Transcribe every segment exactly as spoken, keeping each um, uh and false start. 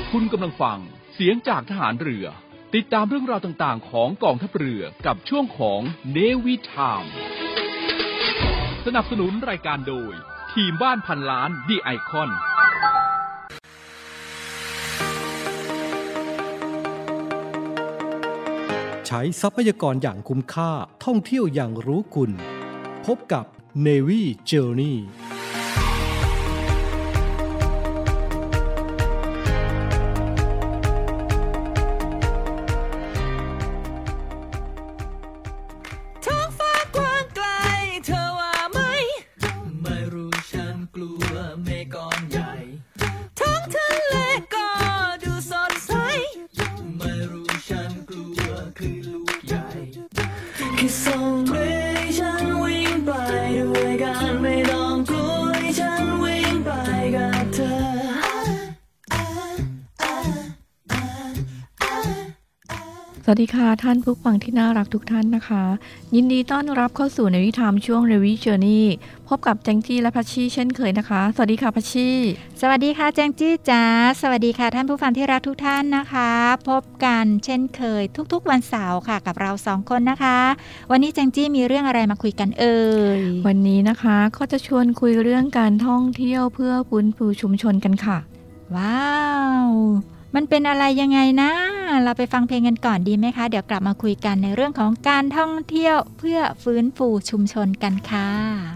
คุณกำลังฟังเสียงจากทหารเรือติดตามเรื่องราวต่างๆของกองทัพเรือกับช่วงของ Navy Time สนับสนุนรายการโดยทีมบ้านพันล้าน The Icon ใช้ทรัพยากรอย่างคุ้มค่าท่องเที่ยวอย่างรู้คุณพบกับ Navy Journey สวัสดีค่ะท่านผู้ฟังที่น่ารักทุกท่านนะคะยินดีต้อนรับเข้าสู่ในวิถีช่วง Navy Journey พบกับแจงจี้และพัชชีเช่นเคยนะคะสวัสดีค่ะพัชชีสวัสดีค่ะแจงจี้จ๋าสวัสดีค่ะท่านผู้ฟังที่รักทุกท่านนะคะพบกันเช่นเคยทุกๆวันเสาร์ค่ะกับเราสองคนนะคะวันนี้แจงจี้มีเรื่องอะไรมาคุยกันเอ่ยวันนี้นะคะก็จะชวนคุยเรื่องการท่องเที่ยวเพื่อฟื้นฟูชุมชนกันค่ะว้าวมันเป็นอะไรยังไงนะเราไปฟังเพลงกันก่อนดีไหมคะเดี๋ยวกลับมาคุยกันในเรื่องของการท่องเที่ยวเพื่อฟื้นฟูชุมชนกันค่ะ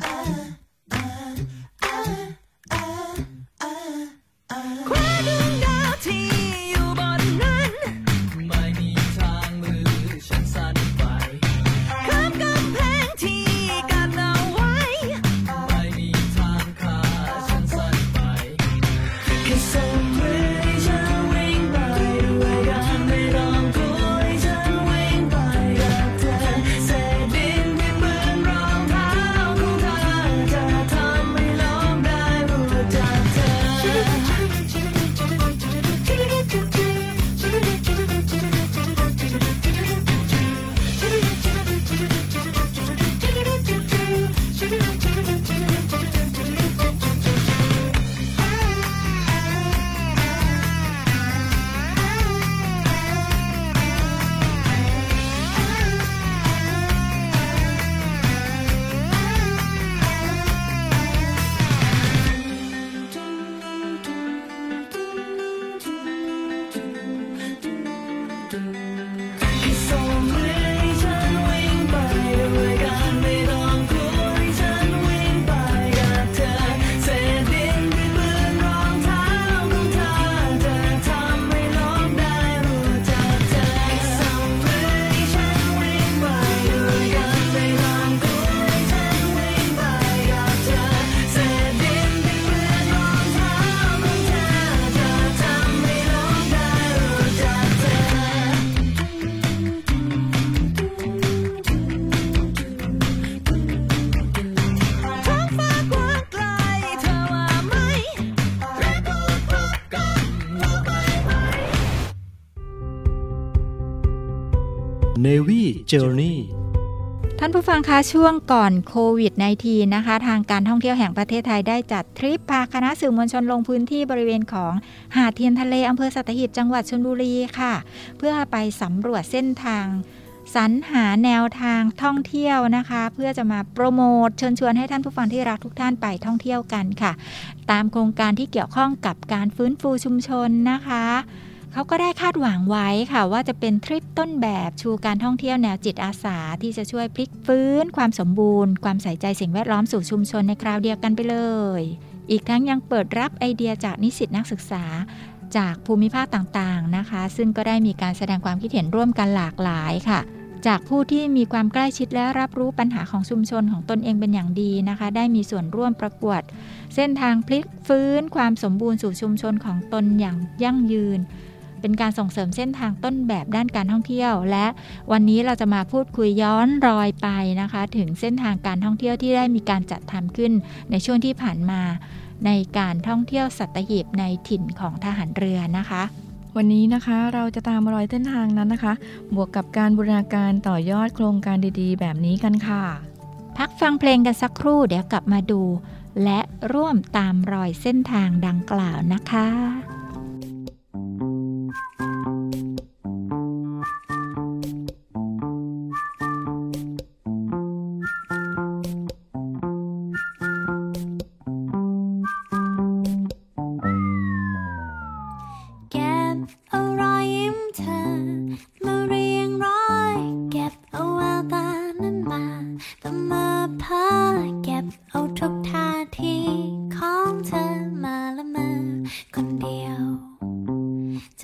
Navy Journey ท่านผู้ฟังคะช่วงก่อนโควิด สิบเก้า นะคะทางการท่องเที่ยวแห่งประเทศไทยได้จัดทริปพาคณะสื่อมวลชนลงพื้นที่บริเวณของหาดเทียนทะเลอำเภอสัตหีบจังหวัดชลบุรีค่ะเพื่อไปสำรวจเส้นทางสรรหาแนวทางท่องเที่ยวนะคะเพื่อจะมาโปรโมทเชิญชวนให้ท่านผู้ฟังที่รักทุกท่านไปท่องเที่ยวกันค่ะตามโครงการที่เกี่ยวข้องกับการฟื้นฟูชุมชนนะคะเขาก็ได้คาดหวังไว้ค่ะว่าจะเป็นทริปต้นแบบชูการท่องเที่ยวแนวจิตอาสาที่จะช่วยพลิกฟื้นความสมบูรณ์ความใส่ใจสิ่งแวดล้อมสู่ชุมชนในคราวเดียวกันไปเลยอีกทั้งยังเปิดรับไอเดียจากนิสิตนักศึกษาจากภูมิภาคต่างๆนะคะซึ่งก็ได้มีการแสดงความคิดเห็นร่วมกันหลากหลายค่ะจากผู้ที่มีความใกล้ชิดและรับรู้ปัญหาของชุมชนของตนเองเป็นอย่างดีนะคะได้มีส่วนร่วมประกวดเส้นทางพลิกฟื้นความสมบูรณ์สู่ชุมชนของตนอย่างยั่งยืนเป็นการส่งเสริมเส้นทางต้นแบบด้านการท่องเที่ยวและวันนี้เราจะมาพูดคุยย้อนรอยไปนะคะถึงเส้นทางการท่องเที่ยวที่ได้มีการจัดทำขึ้นในช่วงที่ผ่านมาในการท่องเที่ยวสัตหีบในถิ่นของทหารเรือนะคะวันนี้นะคะเราจะตามรอยเส้นทางนั้นนะคะบวกกับการบูรณาการต่อยอดโครงการดีๆแบบนี้กันค่ะพักฟังเพลงกันสักครู่เดี๋ยวกลับมาดูและร่วมตามรอยเส้นทางดังกล่าวนะคะ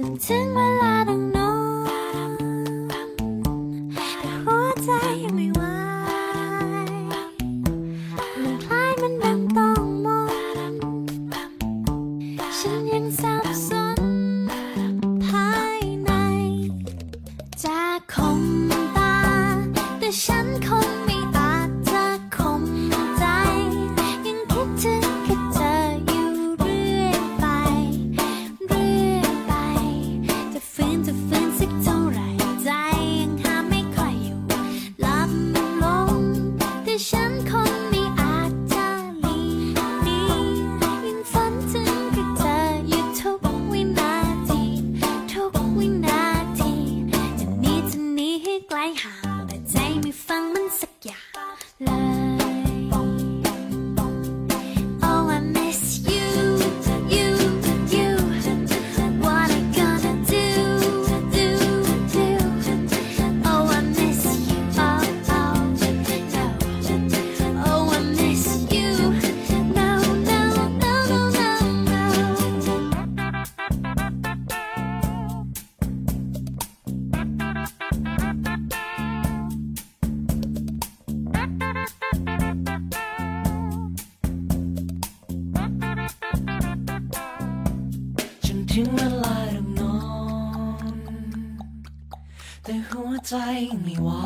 ถึงเวลาต้องนอนแต่หัวใจยังไม่ไหวมันคล้ายมันดังต้องมนฉันยังสับสนภายในจากคมตาแต่ฉันคงไม่อาจจะคมใจยังคิดถึงแค่เธออยู่เรื่อยไปเรื่อยไปจะฝืนจะฝืนสักเท่าไหร่ใจยังห้ามไม่ค่อยอยู่หลับลงแต่ฉันคงไม่อาจจะหลีกหนียังฝันถึงแค่เธออยู่ทุกวินาทีทุกวินาทีจะหนีจะหนีให้ไกลห่างแต่ใจไม่ฟังมันสักอย่างเลย Oh I miss you you you what I gonna do do do Oh I miss you oh oh no Oh I miss you no no no no no จนถึงเวลาต้องนอนแต่หัวใจยังไม่ไหว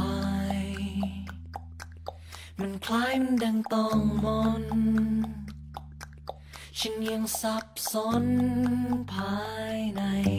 มันคล้ายมันดังต้องมนฉันยังสับสนภายใน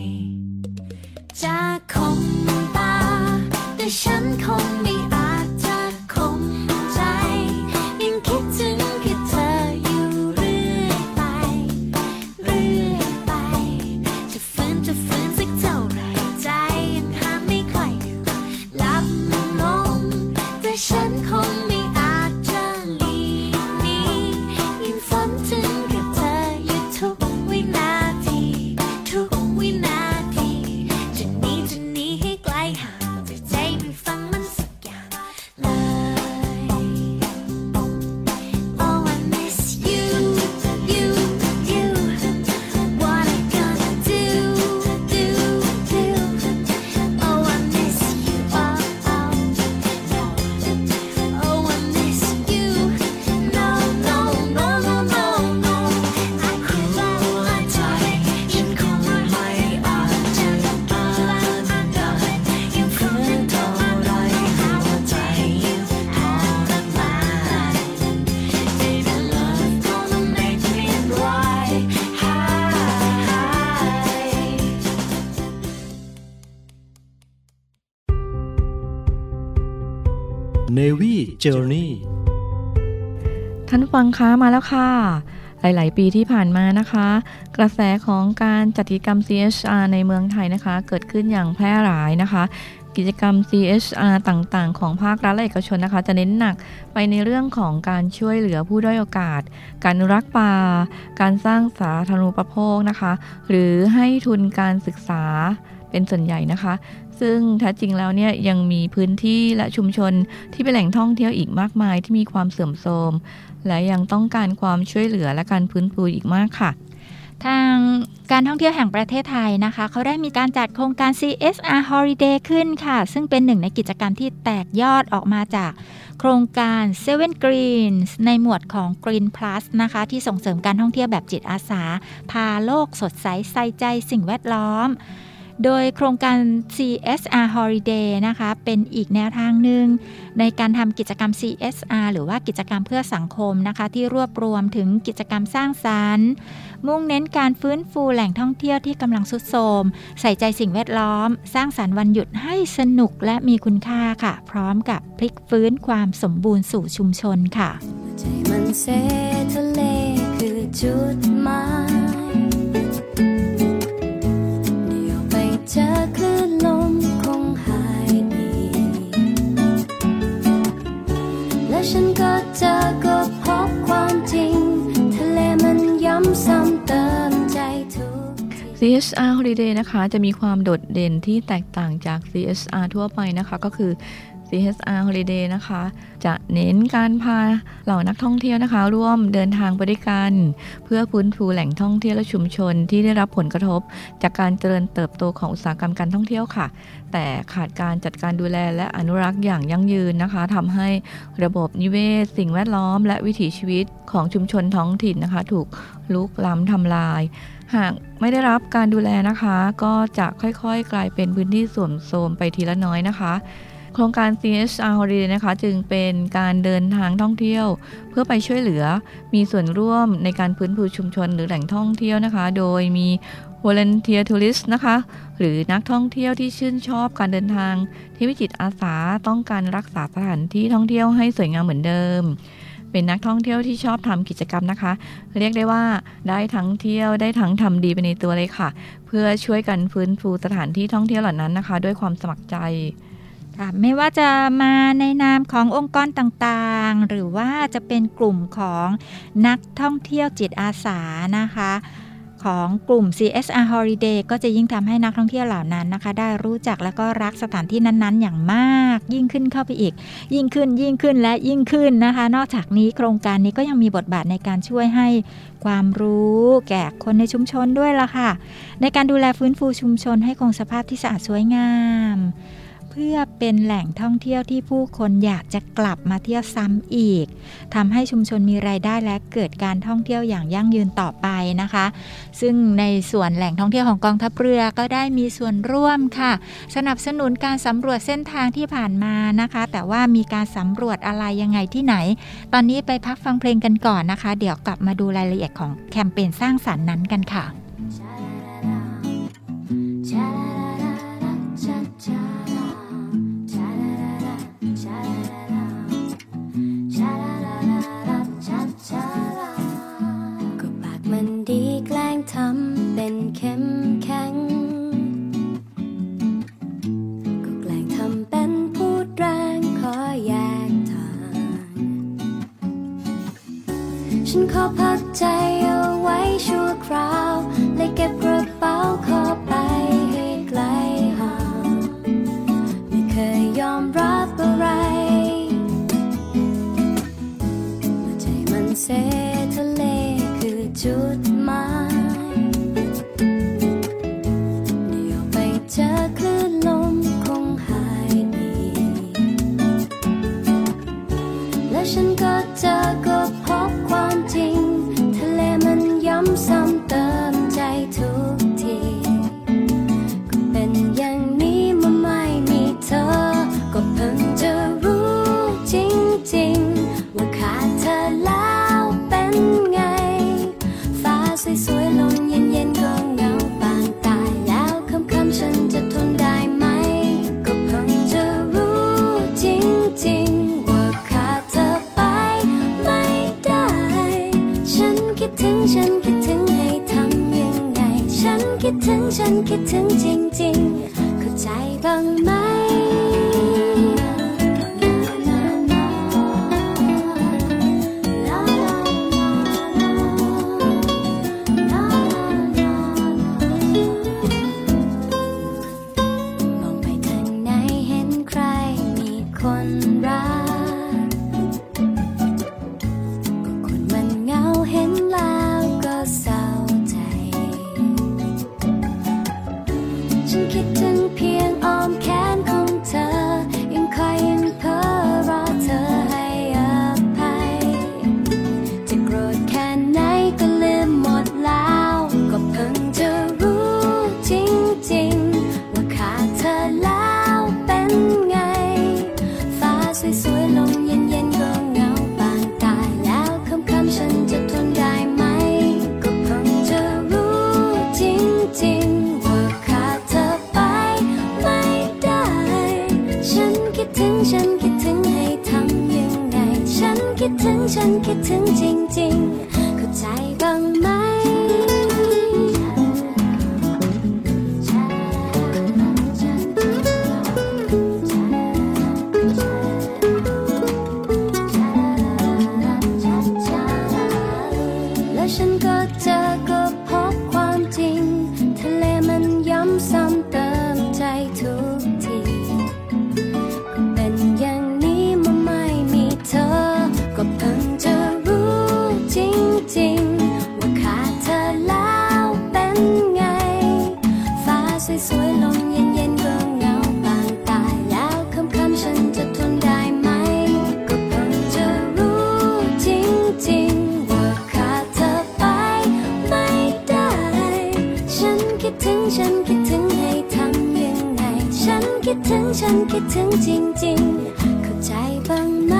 จากคมตาแต่ฉันคงไม่อาจจะคมใจยังคิดถึงแค่เธออยู่เรื่อยไปเรื่อยไปจะฝืนจะฝืนสักเท่าไหร่ใจยังห้ามไม่ค่อยอยู่หลับลงแต่ฉันคงไม่อาจจะหลีกหนียังฝันถึงแค่เธออยู่ทุกวินาทีทุกวินาทีจะหนีจะหนีให้ไกลห่างแต่ใจไม่ฟังมันสักอย่างเลย Oh I miss you you you what I gonna do do do Oh I miss you oh oh no Oh I miss you no no no no no no I could notใจฉันคงไม่อาจจะต้านได้ยังฝืนเท่าไรหัวใจยังทรมาน Baby love gonna make me cry Navy Journey ท่านฟังคะมาแล้วค่ะ หลายๆปีที่ผ่านมานะคะ กระแสของการจัดกิจกรรม ซี เอส อาร์ ในเมืองไทยนะคะเกิดขึ้นอย่างแพร่หลายนะคะ กิจกรรม ซี เอส อาร์ ต่างๆของภาครัฐและเอกชนนะคะจะเน้นหนักไปในเรื่องของการช่วยเหลือผู้ด้อยโอกาส การอนุรักษ์ป่า การสร้างสาธารณูปโภคนะคะ หรือให้ทุนการศึกษาเป็นส่วนใหญ่นะคะ ซึ่งแท้จริงแล้วเนี่ยยังมีพื้นที่และชุมชนที่เป็นแหล่งท่องเที่ยวอีกมากมายที่มีความเสื่อมโทรมและยังต้องการความช่วยเหลือและการฟื้นฟูอีกมากค่ะทางการท่องเที่ยวแห่งประเทศไทยนะคะเขาได้มีการจัดโครงการ ซี เอส อาร์ Holiday ขึ้นค่ะซึ่งเป็นหนึ่งในกิจกรรมที่แตกยอดออกมาจากโครงการ Seven Greens ในหมวดของ Green Plus นะคะที่ส่งเสริมการท่องเที่ยวแบบจิตอาสาพาโลกสดใสใส่ใจสิ่งแวดล้อมโดยโครงการ ซี เอส อาร์ Holiday นะคะเป็นอีกแนวทางหนึ่งในการทำกิจกรรม ซี เอส อาร์ หรือว่ากิจกรรมเพื่อสังคมนะคะที่รวบรวมถึงกิจกรรมสร้างสรรค์มุ่งเน้นการฟื้นฟูแหล่งท่องเที่ยวที่กำลังทรุดโทรมใส่ใจสิ่งแวดล้อมสร้างสรรค์วันหยุดให้สนุกและมีคุณค่าค่ะพร้อมกับพลิกฟื้นความสมบูรณ์สู่ชุมชนค่ะใจมันเซทะเลคือจุดหมายเดี๋ยวไปเจอคลื่นลมคงหายดีและฉันก็เจอก็พบความจริงทะเลมันย้ำซ้ำเติมใจทุกซี เอส อาร์ Holiday นะคะจะมีความโดดเด่นที่แตกต่างจาก ซี เอส อาร์ ทั่วไปนะคะก็คือซี เอช อาร์ Holiday นะคะจะเน้นการพาเหล่านักท่องเที่ยวนะคะร่วมเดินทางไปด้วยกันเพื่อฟื้นฟูแหล่งท่องเที่ยวและชุมชนที่ได้รับผลกระทบจากการเจริญเติบโตของอุตสาหกรรมการท่องเที่ยวค่ะแต่ขาดการจัดการดูแลและอนุรักษ์อย่างยั่งยืนนะคะทำให้ระบบนิเวศสิ่งแวดล้อมและวิถีชีวิตของชุมชนท้องถิ่นนะคะถูกลุกล้ำทำลายหากไม่ได้รับการดูแลนะคะก็จะค่อยๆกลายเป็นพื้นที่เสื่อมโทรมไปทีละน้อยนะคะโครงการ ซี เอช อาร์ Holiday นะคะจึงเป็นการเดินทางท่องเที่ยวเพื่อไปช่วยเหลือมีส่วนร่วมในการฟื้นฟูชุมชนหรือแหล่งท่องเที่ยวนะคะโดยมี Volunteer Tourist นะคะหรือนักท่องเที่ยวที่ชื่นชอบการเดินทางที่มีจิตอาสาต้องการรักษาสถานที่ท่องเที่ยวให้สวยงามเหมือนเดิมเป็นนักท่องเที่ยวที่ชอบทำกิจกรรมนะคะเรียกได้ว่าได้ทั้งเที่ยวได้ทั้งทำดีไปในตัวเลยค่ะเพื่อช่วยกันฟื้นฟูสถานที่ท่องเที่ยวเหล่านั้นนะคะด้วยความสมัครใจค่ะไม่ว่าจะมาในนามขององค์กรต่างๆหรือว่าจะเป็นกลุ่มของนักท่องเที่ยวจิตอาสานะคะของกลุ่ม ซี เอช อาร์ Holiday ก็จะยิ่งทำให้นักท่องเที่ยวเหล่านั้นนะคะได้รู้จักและก็รักสถานที่นั้นๆอย่างมากยิ่งขึ้นเข้าไปอีกยิ่งขึ้นยิ่งขึ้นและยิ่งขึ้นนะคะนอกจากนี้โครงการนี้ก็ยังมีบทบาทในการช่วยให้ความรู้แก่คนในชุมชนด้วยล่ะค่ะในการดูแลฟื้นฟูชุมชนให้คงสภาพที่สะอาดสวยงามเพื่อเป็นแหล่งท่องเที่ยวที่ผู้คนอยากจะกลับมาเที่ยวซ้ำอีกทำให้ชุมชนมีรายได้และเกิดการท่องเที่ยวอย่างยั่งยืนต่อไปนะคะซึ่งในส่วนแหล่งท่องเที่ยวของกองทัพเรือก็ได้มีส่วนร่วมค่ะสนับสนุนการสำรวจเส้นทางที่ผ่านมานะคะแต่ว่ามีการสำรวจอะไรยังไงที่ไหนตอนนี้ไปพักฟังเพลงกันก่อนนะคะเดี๋ยวกลับมาดูรายละเอียดของแคมเปญสร้างสรรค์นั้นกันค่ะดีแกล้งทำเป็นเข้มแข็งก็แกล้งทำเป็นพูดแรงขอแยกทางฉันขอพักใจเอาไว้ชั่วคราวและเก็บกระเป๋าขอไปให้ไกลห่างไม่เคยยอมรับอะไรเมื่อใจมันเสทะเลคือจุดหมายเดี๋ยวไปเจอคลื่นลมคงหายดีและฉันก็เจอก็พบความจริงทะเลมันย้ำซ้ำเติมใจทุกทีก็เป็นอย่างนี้เมื่อไม่มีเธอก็เพิ่งจะรู้จริงๆว่าขาดเธอแล้วเป็นไงสวยๆลมเย็นๆก็เหงาปานตายแล้วค่ำๆฉันจะทนได้ไหมก็เพิ่งจะรู้จริงๆว่าขาดเธอไปไม่ได้ฉันคิดถึงฉันคิดถึงให้ทำยังไงฉันคิดถึงฉันคิดถึงจริงๆเข้าใจบ้างไหมฉันคิดถึงจริงๆเข้าใจบ้างไหมและฉันก็เจอก็พบความจริงทะเลมันย้ำซ้ำเติมใจทุกทีก็เป็นคิดถึงฉันคิดถึงให้ทำยังไงฉันคิดถึงฉันคิดถึงจริงๆเข้าใจบ้างไหม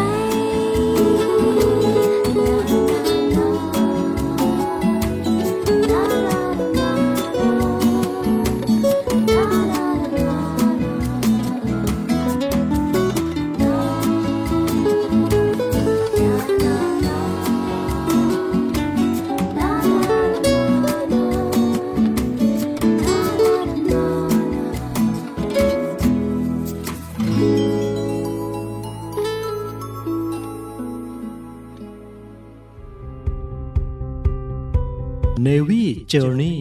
Navy Journey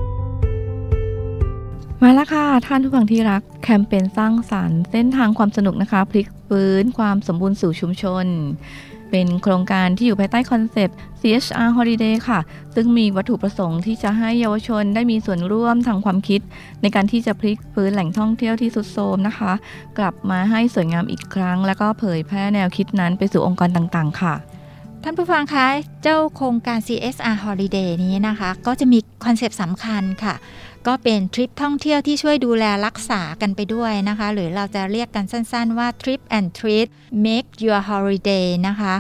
มาแล้วค่ะท่านผู้ฟังที่รักแคมเปญสร้างสรรค์เส้นทางความสนุกนะคะพลิกฟื้นความสมบูรณ์สู่ชุมชนเป็นโครงการที่อยู่ภายใต้คอนเซปต์ ซี เอช อาร์ Holiday ค่ะซึ่งมีวัตถุประสงค์ที่จะให้เยาวชนได้มีส่วนร่วมทางความคิดในการที่จะพลิกฟื้นแหล่งท่องเที่ยวที่ทรุดโทรมนะคะกลับมาให้สวยงามอีกครั้งแล้วก็เผยแพร่แนวคิดนั้นไปสู่องค์กรต่างๆค่ะท่านผู้ฟังคะเจ้าโครงการ ซี เอส อาร์ Holiday นี้นะคะก็จะมีคอนเซปต์สำคัญค่ะก็เป็นทริปท่องเที่ยวที่ช่วยดูแลรักษากันไปด้วยนะคะหรือเราจะเรียกกันสั้นๆว่า Trip and Treat Make Your Holiday นะคะ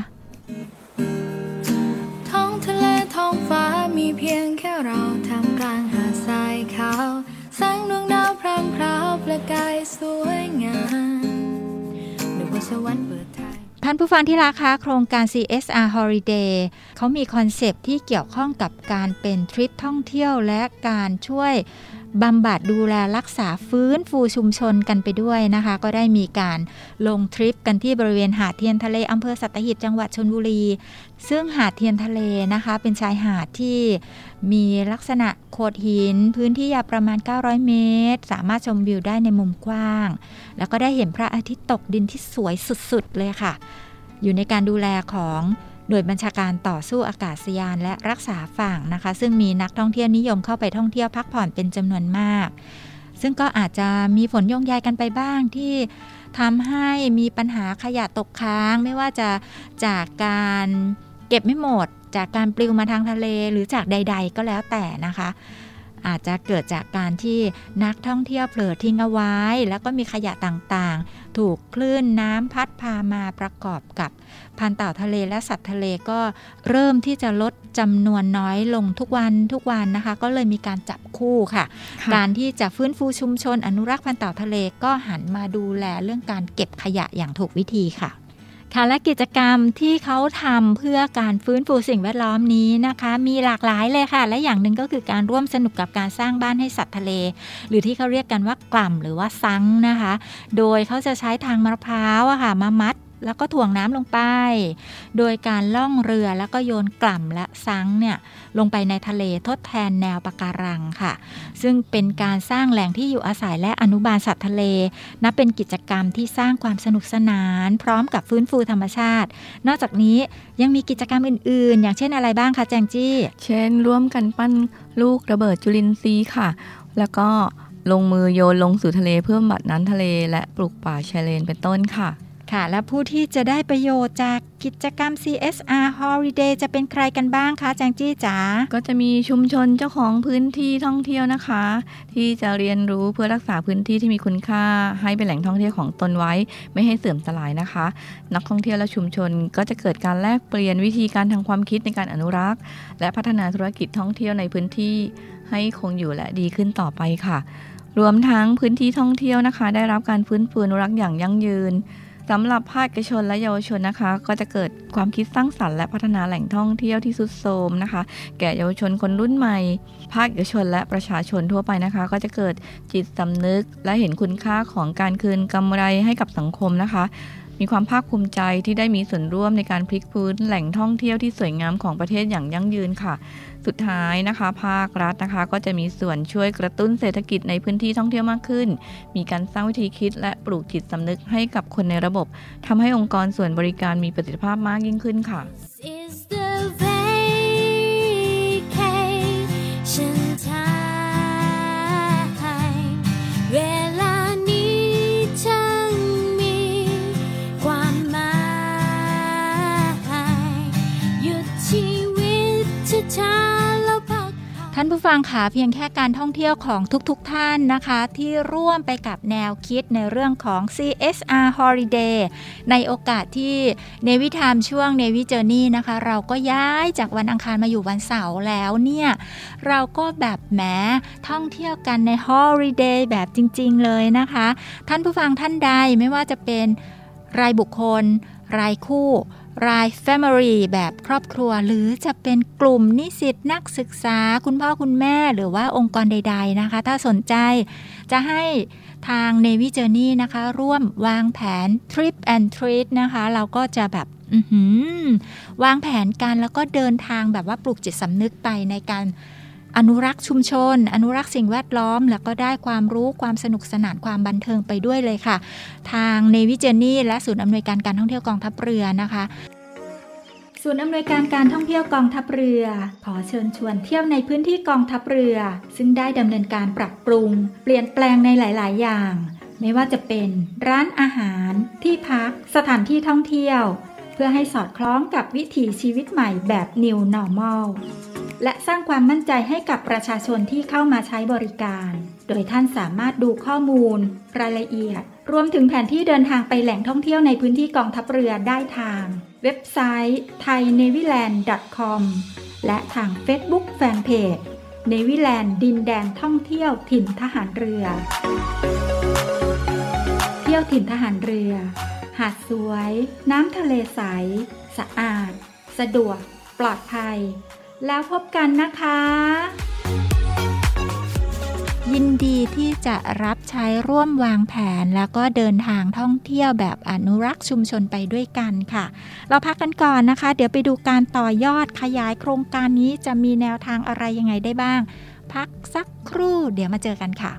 ท้องทะเลท้องฟ้ามีเพียงแค่เราท่ามกลางหาดทรายขาวแสงดวงดาวพร่างพราวประกายสวยงามนึกว่าสวรรค์เปิดทางท่านผู้ฟังที่รักคะโครงการ ซี เอส อาร์ Holiday เขามีคอนเซปต์ที่เกี่ยวข้องกับการเป็นทริปท่องเที่ยวและการช่วยบำบัดดูแลรักษาฟื้นฟูชุมชนกันไปด้วยนะคะก็ได้มีการลงทริปกันที่บริเวณหาดเทียนทะเลอำเภอสัตหีบจังหวัดชลบุรีซึ่งหาดเทียนทะเลนะคะเป็นชายหาดที่มีลักษณะโขดหินพื้นที่ยาวประมาณเก้าร้อยเมตรสามารถชมวิวได้ในมุมกว้างแล้วก็ได้เห็นพระอาทิตย์ตกดินที่สวยสุดๆเลยค่ะอยู่ในการดูแลของหน่วยบัญชาการต่อสู้อากาศยานและรักษาฝั่งนะคะซึ่งมีนักท่องเที่ยวนิยมเข้าไปท่องเที่ยวพักผ่อนเป็นจำนวนมากซึ่งก็อาจจะมีฝนโยงใยกันไปบ้างที่ทำให้มีปัญหาขยะตกค้างไม่ว่าจะจากการเก็บไม่หมดจากการปลิวมาทางทะเลหรือจากใดๆก็แล้วแต่นะคะอาจจะเกิดจากการที่นักท่องเที่ยวเผลอทิ้งเอาไว้แล้วก็มีขยะต่างๆถูกคลื่นน้ำพัดพามาประกอบกับพันธุ์เต่าทะเลและสัตว์ทะเลก็เริ่มที่จะลดจำนวนน้อยลงทุกวันทุกวันนะคะก็เลยมีการจับคู่ค่ะการที่จะฟื้นฟูชุมชนอนุรักษ์พันธุ์เต่าทะเลก็หันมาดูแลเรื่องการเก็บขยะอย่างถูกวิธีค่ะค่ะและกิจกรรมที่เขาทำเพื่อการฟื้นฟูสิ่งแวดล้อมนี้นะคะมีหลากหลายเลยค่ะและอย่างหนึ่งก็คือการร่วมสนุกกับการสร้างบ้านให้สัตว์ทะเลหรือที่เขาเรียกกันว่ากล่ำหรือว่าซังนะคะโดยเขาจะใช้ทางมะพร้าวอะค่ะมามัดแล้วก็ถ่วงน้ำลงไปโดยการล่องเรือแล้วก็โยนกล่ำและซังเนี่ยลงไปในทะเลทดแทนแนวปะการังค่ะซึ่งเป็นการสร้างแหล่งที่อยู่อาศัยและอนุบาลสัตว์ทะเลนับเป็นกิจกรรมที่สร้างความสนุกสนานพร้อมกับฟื้นฟูธรรมชาตินอกจากนี้ยังมีกิจกรรมอื่นๆอย่างเช่นอะไรบ้างคะแจงจี้เช่นร่วมกันปั้นลูกระเบิดจุลินทรีย์ค่ะแล้วก็ลงมือโยนลงสู่ทะเลเพื่อบำบัดน้ำทะเลและปลูกป่าชายเลนเป็นต้นค่ะค่ะและผู้ที่จะได้ประโยชน์จากกิจกรรม ซี เอส อาร์ Holiday จะเป็นใครกันบ้างคะแจงจี้จ๋าก็จะมีชุมชนเจ้าของพื้นที่ท่องเที่ยวนะคะที่จะเรียนรู้เพื่อรักษาพื้นที่ที่มีคุณค่าให้เป็นแหล่งท่องเที่ยวของตนไว้ไม่ให้เสื่อมสลายนะคะนักท่องเที่ยวและชุมชนก็จะเกิดการแลกเปลี่ยนวิธีการทางความคิดในการอนุรักษ์และพัฒนาธุรกิจท่องเที่ยวในพื้นที่ให้คงอยู่และดีขึ้นต่อไปค่ะรวมทั้งพื้นที่ท่องเที่ยวนะคะได้รับการฟื้นฟูอนุรักษ์อย่างยั่งยืนสำหรับภาคเอกชนและเยาวชนนะคะก็จะเกิดความคิดสร้างสรรค์และพัฒนาแหล่งท่องเที่ยวที่ทรุดโทรมนะคะแก่เยาวชนคนรุ่นใหม่ภาคเอกชนและประชาชนทั่วไปนะคะก็จะเกิดจิตสำนึกและเห็นคุณค่าของการคืนกำไรให้กับสังคมนะคะมีความภาคภูมิใจที่ได้มีส่วนร่วมในการพลิกฟื้นแหล่งท่องเที่ยวที่สวยงามของประเทศอย่างยั่งยืนค่ะสุดท้ายนะคะภาครัฐนะคะก็จะมีส่วนช่วยกระตุ้นเศรษฐกิจในพื้นที่ท่องเที่ยวมากขึ้นมีการสร้างวิธีคิดและปลูกจิตสำนึกให้กับคนในระบบทำให้องค์กรส่วนบริการมีประสิทธิภาพมากยิ่งขึ้นค่ะท่านานผู้ฟังคะเพียงแค่การท่องเที่ยวของทุกๆ ท่านนะคะที่ร่วมไปกับแนวคิดในเรื่องของ ซี เอส อาร์ Holiday ในโอกาสที่ Navy Time ช่วง Navy Journey นะคะเราก็ย้ายจากวันอังคารมาอยู่วันเสาร์แล้วเนี่ยเราก็แบบแหมท่องเที่ยวกันใน Holiday แบบจริงๆเลยนะคะท่านผู้ฟังท่านใดไม่ว่าจะเป็นรายบุคคลรายคู่ราย Family แบบครอบครัวหรือจะเป็นกลุ่มนิสิตนักศึกษาคุณพ่อคุณแม่หรือว่าองค์กรใดๆนะคะถ้าสนใจจะให้ทาง Navy Journey นะคะร่วมวางแผน Trip and Treat นะคะเราก็จะแบบอื้อหือวางแผนกันแล้วก็เดินทางแบบว่าปลูกจิตสำนึกไปในการอนุรักษ์ชุมชนอนุรักษ์สิ่งแวดล้อมแล้วก็ได้ความรู้ความสนุกสนานความบันเทิงไปด้วยเลยค่ะทาง Navy Journey และศูนย์อำนวยการการท่องเที่ยวกองทัพเรือนะคะศูนย์อำนวยการการท่องเที่ยวกองทัพเรือขอเชิญชวนเที่ยวในพื้นที่กองทัพเรือซึ่งได้ดำเนินการปรับปรุงเปลี่ยนแปลงในหลายๆอย่างไม่ว่าจะเป็นร้านอาหารที่พักสถานที่ท่องเที่ยวเพื่อให้สอดคล้องกับวิถีชีวิตใหม่แบบ New Normalและสร้างความมั่นใจให้กับประชาชนที่เข้ามาใช้บริการโดยท่านสามารถดูข้อมูลรายละเอียดรวมถึงแผนที่เดินทางไปแหล่งท่องเที่ยวในพื้นที่กองทัพเรือได้ทางเว็บไซต์ ไทยเนวิแลนด์ ดอท คอม และทาง Facebook Fanpage Navyland ดินแดนท่องเที่ยวถิ่นทหารเรือเที่ยวถิ่นทหารเรือหาดสวยน้ำทะเลใสสะอาดสะดวกปลอดภัยแล้วพบกันนะคะยินดีที่จะรับใช้ร่วมวางแผนแล้วก็เดินทางท่องเที่ยวแบบอนุรักษ์ชุมชนไปด้วยกันค่ะเราพักกันก่อนนะคะเดี๋ยวไปดูการต่อยอดขยายโครงการนี้จะมีแนวทางอะไรยังไงได้บ้างพักสักครู่เดี๋ยวมาเจอกันค่ะ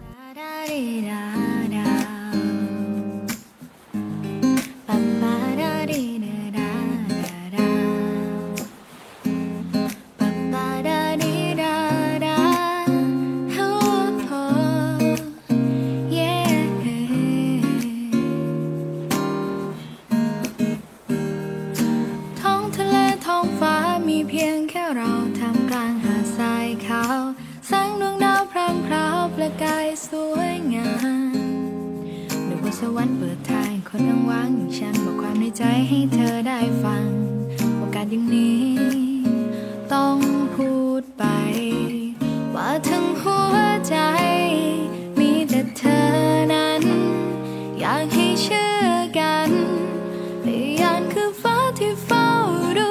เพียงแค่เราทำกลางหาดทรายขาวแสงดวงดาวพรางพราวประกายสวยงามนึกว่าสวรรค์เปิดทางคนอ้างว้างอย่างฉันบอกความในใจให้เธอได้ฟังโอกาสอย่างนี้ต้องพูดไปว่าทั้งหัวใจมีแต่เธอนั้นอยากให้เชื่อกันพยานคือฟ้าที่เฝ้าดู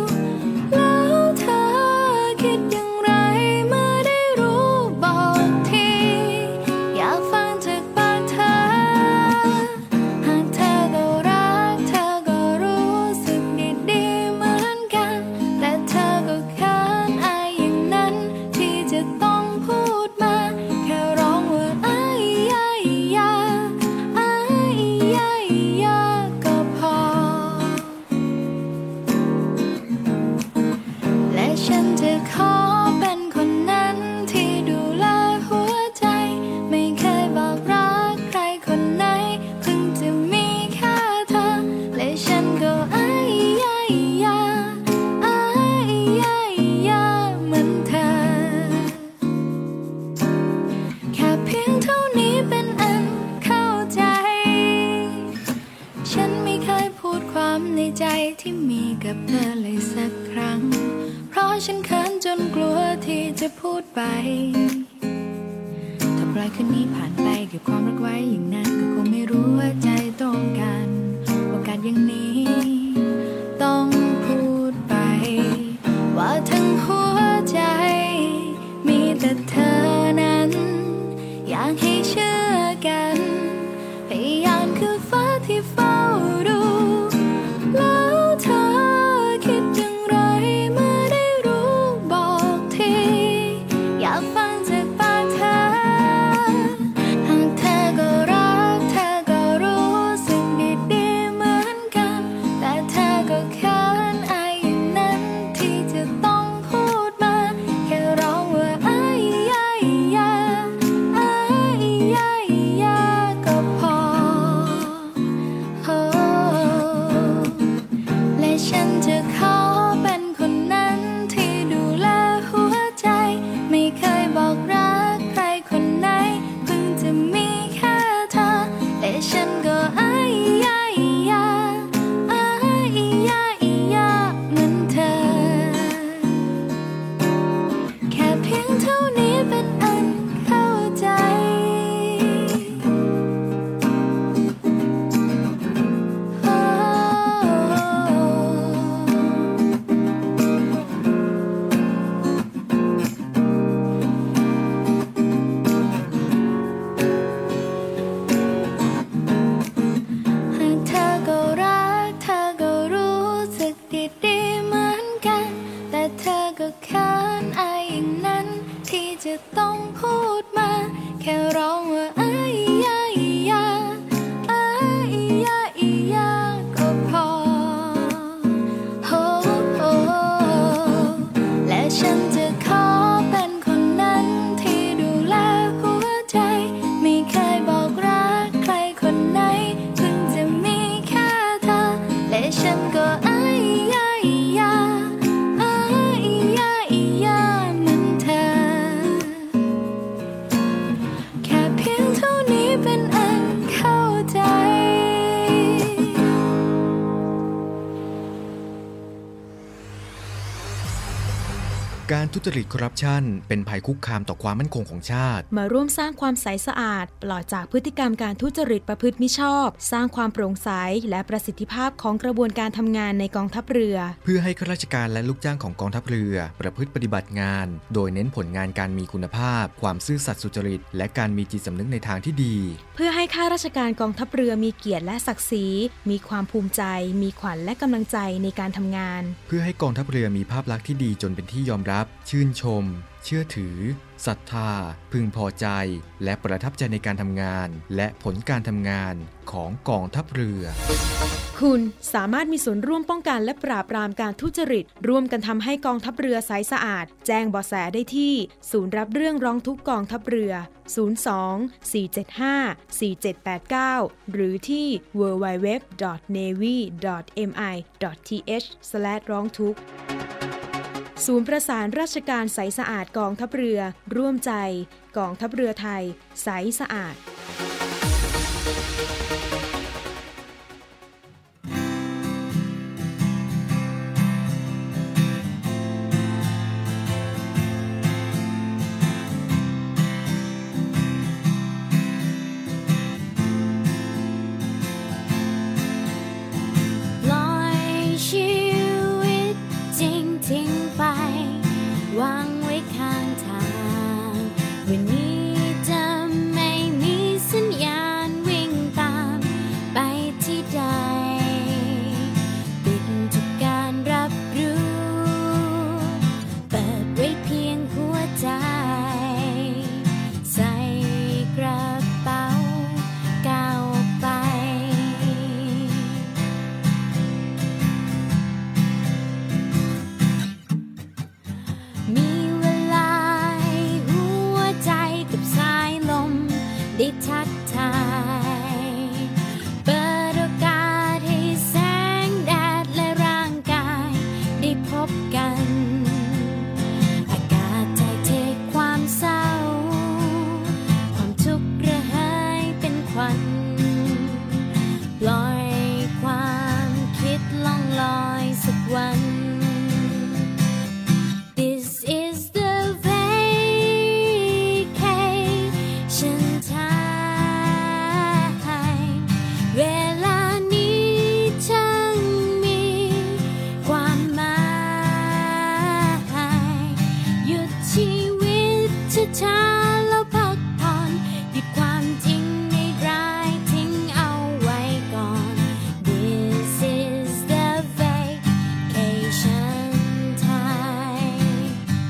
ที่มีกับเธอเลยสักครั้งเพราะฉันเขินจนกลัวที่จะพูดไปถ้าปล่อยคืนนี้ผ่านไปเก็บความรักไว้อย่างนั้นก็คงไม่รู้ว่าใจตรงกันโอกาสอย่างนี้ต้องพูดไปว่าทั้งหัวใจมีแต่เธอนั้นอยากให้เชื่อกันพยายามคือฟ้าที่เฝ้าดูแล้วเธอคิดอย่างไรเมื่อได้รู้บอกทีอยากฟังจากปากเธอหากเธอก็รักเธอก็รู้สึกดีๆเหมือนกันแต่ดมาแค่ร้องว่าอ้ายยาอียาอ้ายยาอียาก็พอโฮโฮและฉันจะขอเป็นคนนั้นที่ดูแลหัวใจไม่เคยบอกรักใครคนไหนเพิ่งจะมีแค่เธอและฉันก็อ้ายยาอียาอ้ายยาอียาเหมือนเธอแค่เพียงเท่านี้เป็นอันเข้าใจการทุจริตคอร์รัปชันเป็นภัยคุกคามต่อความมั่นคงของชาติมาร่วมสร้างความใสสะอาดปลอดจากพฤติกรรมการทุจริตประพฤติมิชอบสร้างความโปร่งใสและประสิทธิภาพของกระบวนการทำงานในกองทัพเรือเพื่อให้ข้าราชการและลูกจ้างของกองทัพเรือประพฤติปฏิบัติงานโดยเน้นผลงานการมีคุณภาพความซื่อสัตย์สุจริตและการมีจิตสำนึกในทางที่ดีเพื่อให้ข้าราชการกองทัพเรือมีเกียรติและศักดิ์ศรีมีความภูมิใจมีขวัญและกำลังใจในการทำงานเพื่อให้กองทัพเรือมีภาพลักษณ์ที่ดีจนเป็นที่ยอมรับชื่นชมเชื่อถือศรัทธาพึงพอใจและประทับใจในการทำงานและผลการทำงานของกองทัพเรือคุณสามารถมีส่วนร่วมป้องกันและปราบปรามการทุจริตร่วมกันทำให้กองทัพเรือใสสะอาดแจ้งเบาะแสได้ที่ศูนย์รับเรื่องร้องทุกข์กองทัพเรือศูนย์ สอง สี่ เจ็ด ห้า สี่ เจ็ด แปด เก้าหรือที่ ดับเบิลยู ดับเบิลยู ดับเบิลยู ดอท เนวี ดอท เอ็ม ไอ ดอท ที เอช สแลช ร้องทุกข์ศูนย์ประสานราชการใสสะอาดกองทัพเรือร่วมใจกองทัพเรือไทยใสสะอาดวางไว้ข้างทางวันนี้จะไม่มีสัญญาณวิ่งตามไปที่ใดปิดทุกการรับรู้เปิดไว้เพียงหัวใจใส่กระเป๋าก้าวไปมีเวลาหัวใจกับสายลมได้ทักทายเปิดโอกาสให้แสงแดดและร่างกายได้พบกันอากาศถ่ายเทความเศร้าความทุกข์ระเหยเป็นควันปล่อยความคิดล่องลอยสักวันช้าแล้วพักผ่อนหยุดความจริงในร้ายทิ้งเอาไว้ก่อน This is the vacation time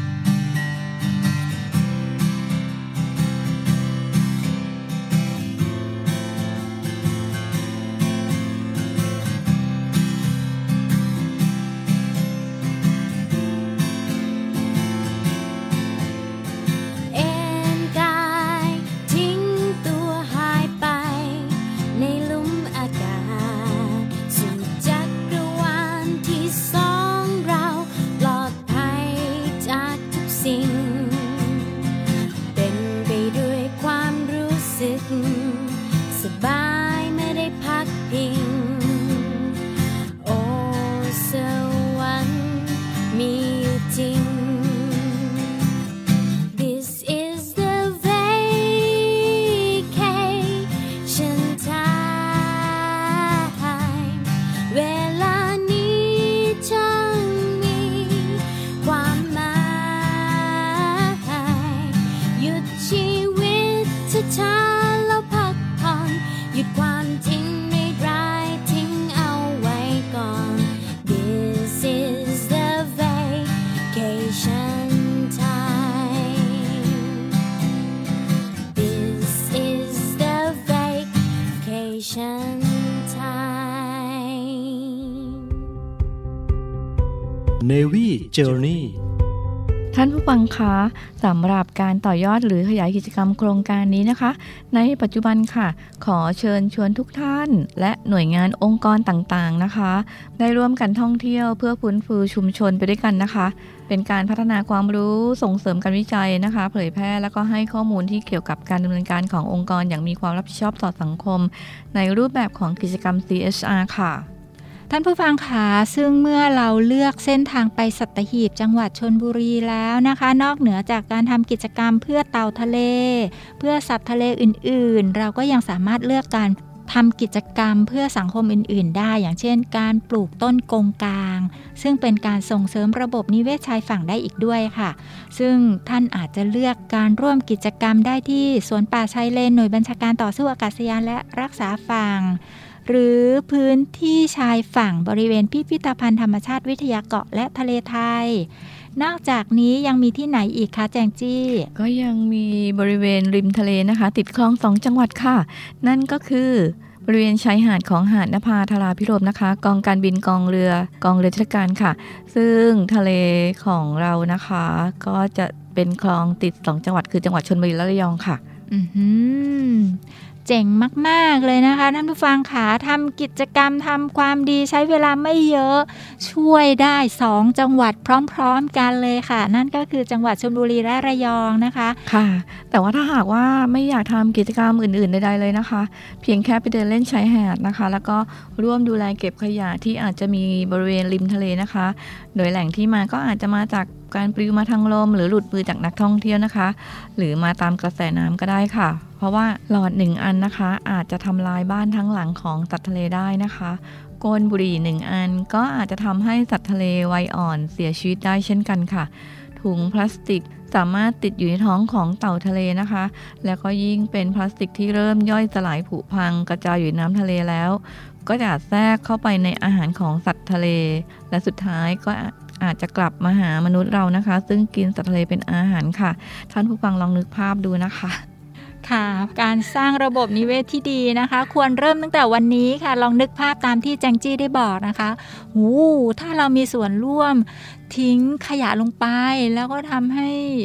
สบายไม่ได้พักพิงโอ้สวรรค์มีอยู่จริง This is the vacation time เวลานี้ช่างมีความหมายหยุดชีวิตช้าแล้วพักผ่อนหยุดความจริงในร้ายทิ้งเอาไว้ก่อน This is the vacation time Navy Journey ท่านผู้ฟังคะสำหรับการต่อยอดหรือขยายกิจกรรมโครงการนี้นะคะในปัจจุบันค่ะขอเชิญชวนทุกท่านและหน่วยงานองค์กรต่างๆนะคะได้ร่วมกันท่องเที่ยวเพื่อฟื้นฟูชุมชนไปด้วยกันนะคะเป็นการพัฒนาความรู้ส่งเสริมการวิจัยนะคะเผยแพร่แล้วก็ให้ข้อมูลที่เกี่ยวกับการดำเนินการขององค์กรอย่างมีความรับผิดชอบต่อสังคมในรูปแบบของกิจกรรม ซี เอช อาร์ ค่ะท่านผู้ฟังคะซึ่งเมื่อเราเลือกเส้นทางไปสัตหีบจังหวัดชลบุรีแล้วนะคะนอกเหนือจากการทำกิจกรรมเพื่อเต่าทะเลเพื่อสัตว์ทะเลอื่นๆเราก็ยังสามารถเลือกการทำกิจกรรมเพื่อสังคมอื่นๆได้อย่างเช่นการปลูกต้นกงกางซึ่งเป็นการส่งเสริมระบบนิเวศชายฝั่งได้อีกด้วยค่ะซึ่งท่านอาจจะเลือกการร่วมกิจกรรมได้ที่สวนป่าชายเลนหน่วยบัญชาการต่อสู้อากาศยานและรักษาฝั่งหรือพื้นที่ชายฝั่งบริเวณพิพิธภัณฑ์ธรรมชาติวิทยาเกาะและทะเลไทยนอกจากนี้ยังมีที่ไหนอีกคะแจงจี้ก็ยังมีบริเวณริมทะเลนะคะติดคลองสองจังหวัดค่ะนั่นก็คือบริเวณชายหาดของหาดนภาธาราภิรมย์นะคะกองการบินกองเรือกองเรือราชการค่ะซึ่งทะเลของเรานะคะก็จะเป็นคลองติดสองจังหวัดคือจังหวัดชลบุรีและระยองค่ะอือหือเจ๋งมากๆเลยนะคะท่านผู้ฟังค่ะทำกิจกรรมทำความดีใช้เวลาไม่เยอะช่วยได้สองจังหวัดพร้อมๆกันเลยค่ะนั่นก็คือจังหวัดชลบุรีและระยองนะคะค่ะแต่ว่าถ้าหากว่าไม่อยากทำกิจกรรมอื่นๆใดๆเลยนะคะเพียงแค่ไปเดินเล่นชายหาดนะคะแล้วก็ร่วมดูแลเก็บขยะที่อาจจะมีบริเวณริมทะเลนะคะโดยแหล่งที่มาก็อาจจะมาจากการปลิวมาทางลมหรือหลุดมือจากนักท่องเที่ยวนะคะหรือมาตามกระแสน้ำก็ได้ค่ะเพราะว่าหลอดหนึ่งอันนะคะอาจจะทำลายบ้านทั้งหลังของสัตว์ทะเลได้นะคะก้นบุหรี่หนึ่งอันก็อาจจะทำให้สัตว์ทะเลวัยอ่อนเสียชีวิตได้เช่นกันค่ะถุงพลาสติกสามารถติดอยู่ในท้องของเต่าทะเลนะคะแล้วก็ยิ่งเป็นพลาสติกที่เริ่มย่อยสลายผุพังกระจายอยู่ในน้ำทะเลแล้วก็จะแทรกเข้าไปในอาหารของสัตว์ทะเลและสุดท้ายก็อาจจะกลับมาหามนุษย์เรานะคะซึ่งกินสัตว์ทะเลเป็นอาหารค่ะท่านผู้ฟังลองนึกภาพดูนะคะค่ะการสร้างระบบนิเวศที่ดีนะคะควรเริ่มตั้งแต่วันนี้ค่ะลองนึกภาพตามที่แจงจี้ได้บอกนะคะหูถ้าเรามีส่วนร่วมทิ้งขยะลงไปแล้วก็ทำให้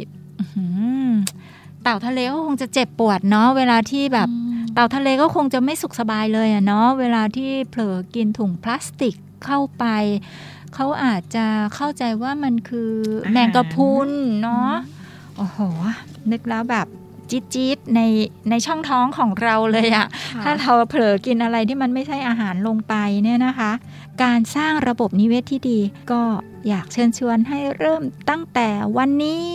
เต่าทะเลก็คงจะเจ็บปวดเนาะเวลาที่แบบเต่าทะเลก็คงจะไม่สุขสบายเลยอะเนาะเวลาที่เผลอกินถุงพลาสติกเข้าไปเขาอาจจะเข้าใจว่ามันคือแมงกะพรุนเนาะโอ้โหนึกแล้วแบบจี๊ดๆในในช่องท้องของเราเลยอะถ้าเราเผลอกินอะไรที่มันไม่ใช่อาหารลงไปเนี่ยนะคะการสร้างระบบนิเวศที่ดีก็อยากเชิญชวนให้เริ่มตั้งแต่วันนี้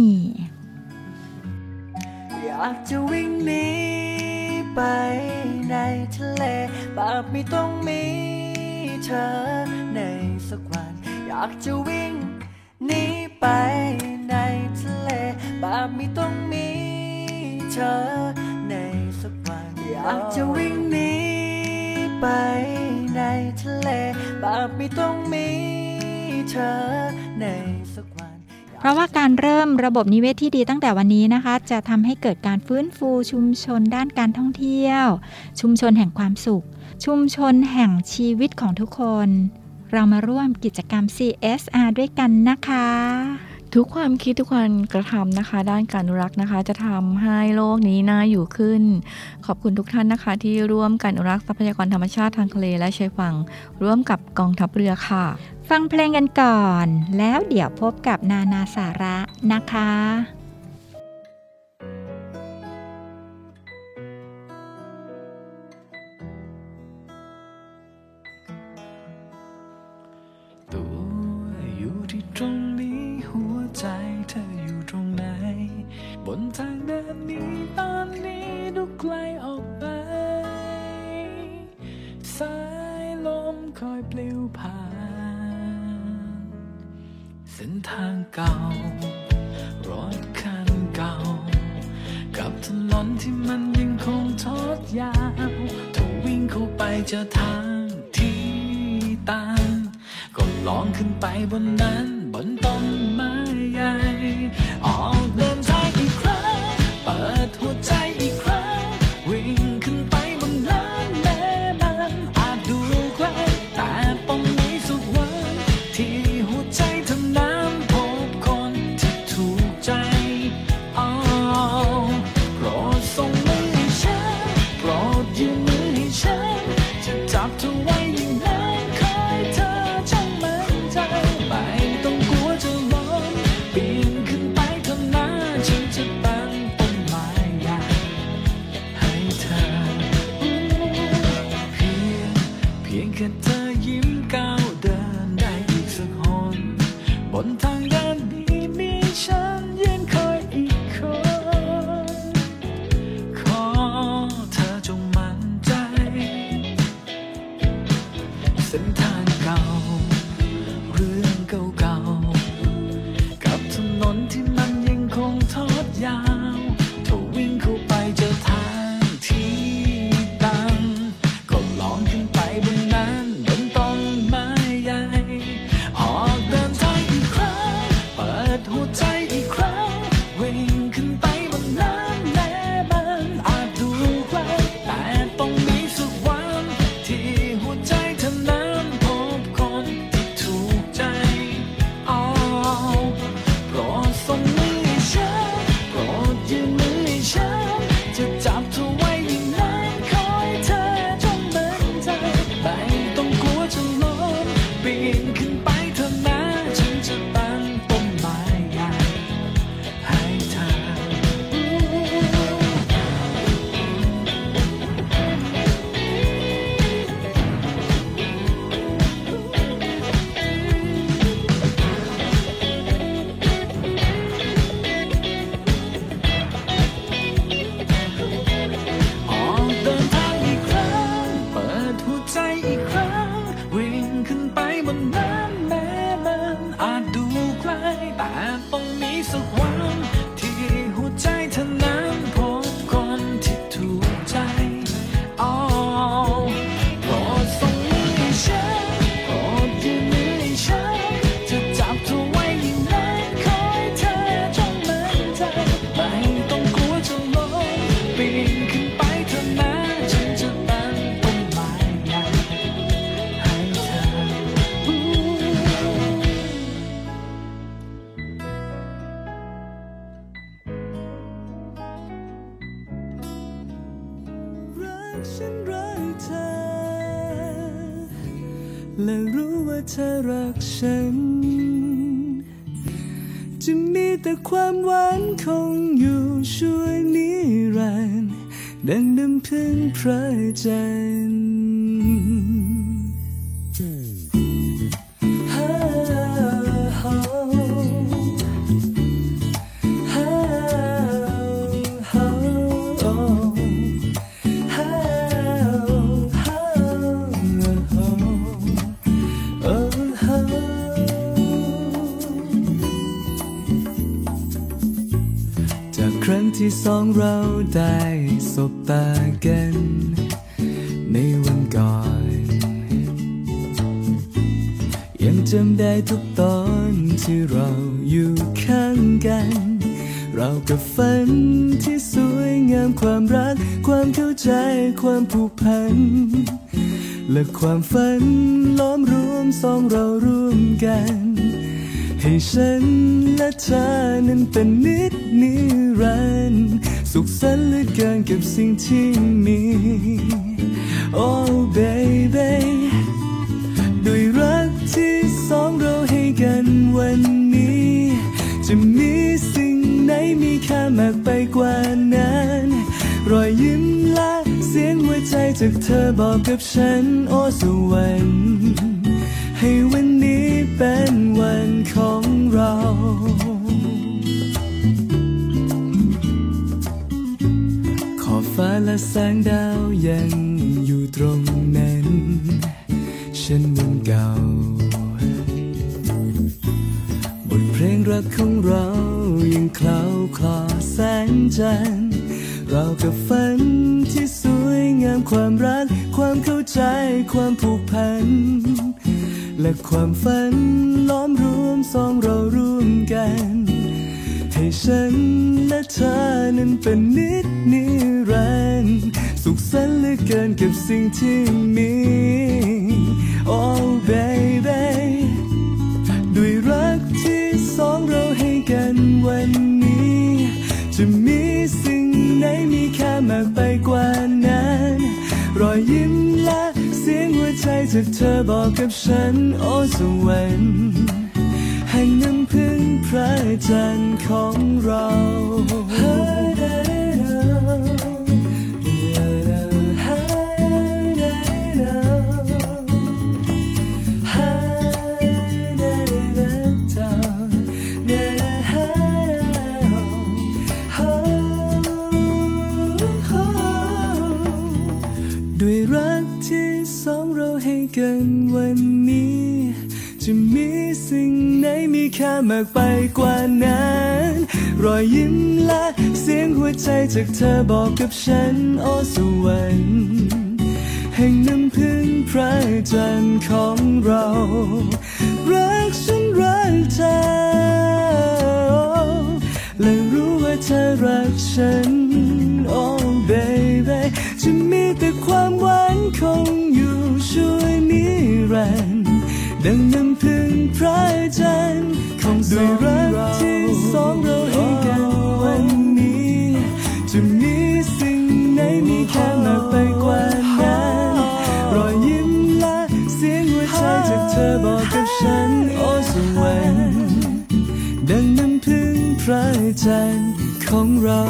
อยากจะวิ่งหนีไปในทะเลแบบไม่ต้องมีเธอในสักวันอยากจะวิ่งหนีไปในทะเลแบบไม่ต้องมีเธอในสักวันอยากจะวิ่งหนีไปในทะเลแบบไม่ต้องมีเธอในสักวันเพราะว่าการเริ่มระบบนิเวศที่ดีตั้งแต่วันนี้นะคะจะทำให้เกิดการฟื้นฟูชุมชนด้านการท่องเที่ยวชุมชนแห่งความสุขชุมชนแห่งชีวิตของทุกคนเรามาร่วมกิจกรรม ซี เอส อาร์ ด้วยกันนะคะทุกความคิดทุกการกระทำนะคะด้านการอนุรักษ์นะคะจะทำให้โลกนี้น่าอยู่ขึ้นขอบคุณทุกท่านนะคะที่ร่วมกันอนุรักษ์ทรัพยากรธรรมชาติทางทะเลและชายฝั่งร่วมกับกองทัพเรือค่ะฟังเพลงกันก่อนแล้วเดี๋ยวพบกับนานาสาระนะคะตรงนี้หัวใจเธออยู่ตรงไหนบนทางเดินนี้ตอนนี้ดูไกลออกไปสายลมคอยปลิวผ่านเส้นทางเก่ารถคันเก่ากับถนนที่มันยังคงทอดยาวถ้าวิ่งเข้าไปเจอทางที่ตันก็ลองขึ้นไปบนนั้นบนต้นไม้ใหญ่ออกเดินทางอีกครั้งเปิดหัวใจอีกครั้งวิ่งขึ้นไปบนนั้นแม้มันอาจดูไกลแต่ต้องมีสักวันที่หัวใจกฉันรักเธอและรู้ว่าเธอรักฉันจะมีแต่ความหวานคงอยู่ชั่วนิรันดร์ดังน้ำพึ่งพระจันทร์ครั้งที่สองเราได้สบตากันในวันก่อนยังจำได้ทุกตอนที่เราอยู่ข้างกันเรากับฝันที่สวยงามความรักความเข้าใจความผูกพันและความฝันล้อมรวมสองเราร่วมกันให้ฉันและเธอนั้นเป็นนิดนิรันดร์สุขสันต์เหลือเกินกับสิ่งที่มี Oh baby ด้วยรักที่สองเราให้กันวันนี้จะมีสิ่งไหนมีค่ามากไปกว่านั้นรอยยิ้มและเสียงหัวใจจากเธอบอกกับฉันโอ้สวรรค์ให้วันนี้เป็นวันของเราขอบฟ้าและแสงดาวยังอยู่ตรงนั้นฉันวันเก่าบทเพลงรักของเรายังคล้าวคลอแสงจันทร์เรากับฝันที่สวยงามความรักความเข้าใจความผูกพันและความฝันล้อมรวมสองเราร่วมกันให้ฉันและเธอนั้นเป็นนิดนิรันดร์สุขสันต์เหลือเกินกับสิ่งที่มี Oh baby ด้วยรักที่สองเราให้กันวันนี้จะมีสิ่งไหนมีค่ามากไปกว่านั้นรอยยิ้มและเสียงหัวใจจากเธอบอกกับฉันโอ้สวรรค์แห่งน้ำพึ่งพระจันทร์ของเราด้วยรักที่สองเราให้กันวันนี้จะมีสิ่งไหนมีค่ามากไปกว่านั้นรอยยิ้มและเสียงหัวใจจากเธอบอกกับฉันโอ้สวรรค์แห่งน้ำพึ่งพระจันทร์ของเรารักฉันรักเธอและรู้ว่าเธอรักฉัน Oh baby จะมีแต่ความหวานคงอยู่ชั่วนิรันดร์ดังน้ำพึ่งพระจันทร์ของด้วยรักที่สองเราให้กันวันนี้จะมีสิ่งไหนมีค่ามากไปกว่านั้นรอยยิ้มและเสียงหัวใจจากเธอบอกกับฉันโอ้สวรรค์ดังน้ำพึ่งพระจันทร์ของเรา